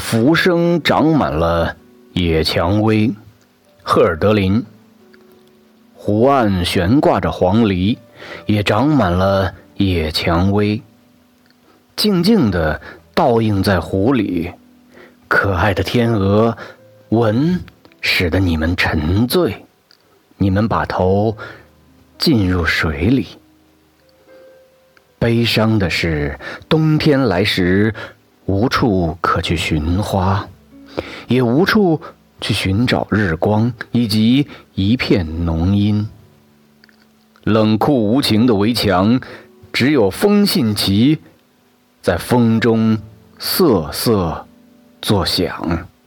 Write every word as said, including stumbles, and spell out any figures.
浮生长满了野蔷薇，赫尔德林。湖岸悬挂着黄鹂，也长满了野蔷薇，静静地倒映在湖里。可爱的天鹅，吻使得你们沉醉，你们把头浸入水里。悲伤的是，冬天来时，无处可去寻花，也无处去寻找日光以及一片浓荫。冷酷无情的围墙，只有风信旗在风中瑟瑟作响。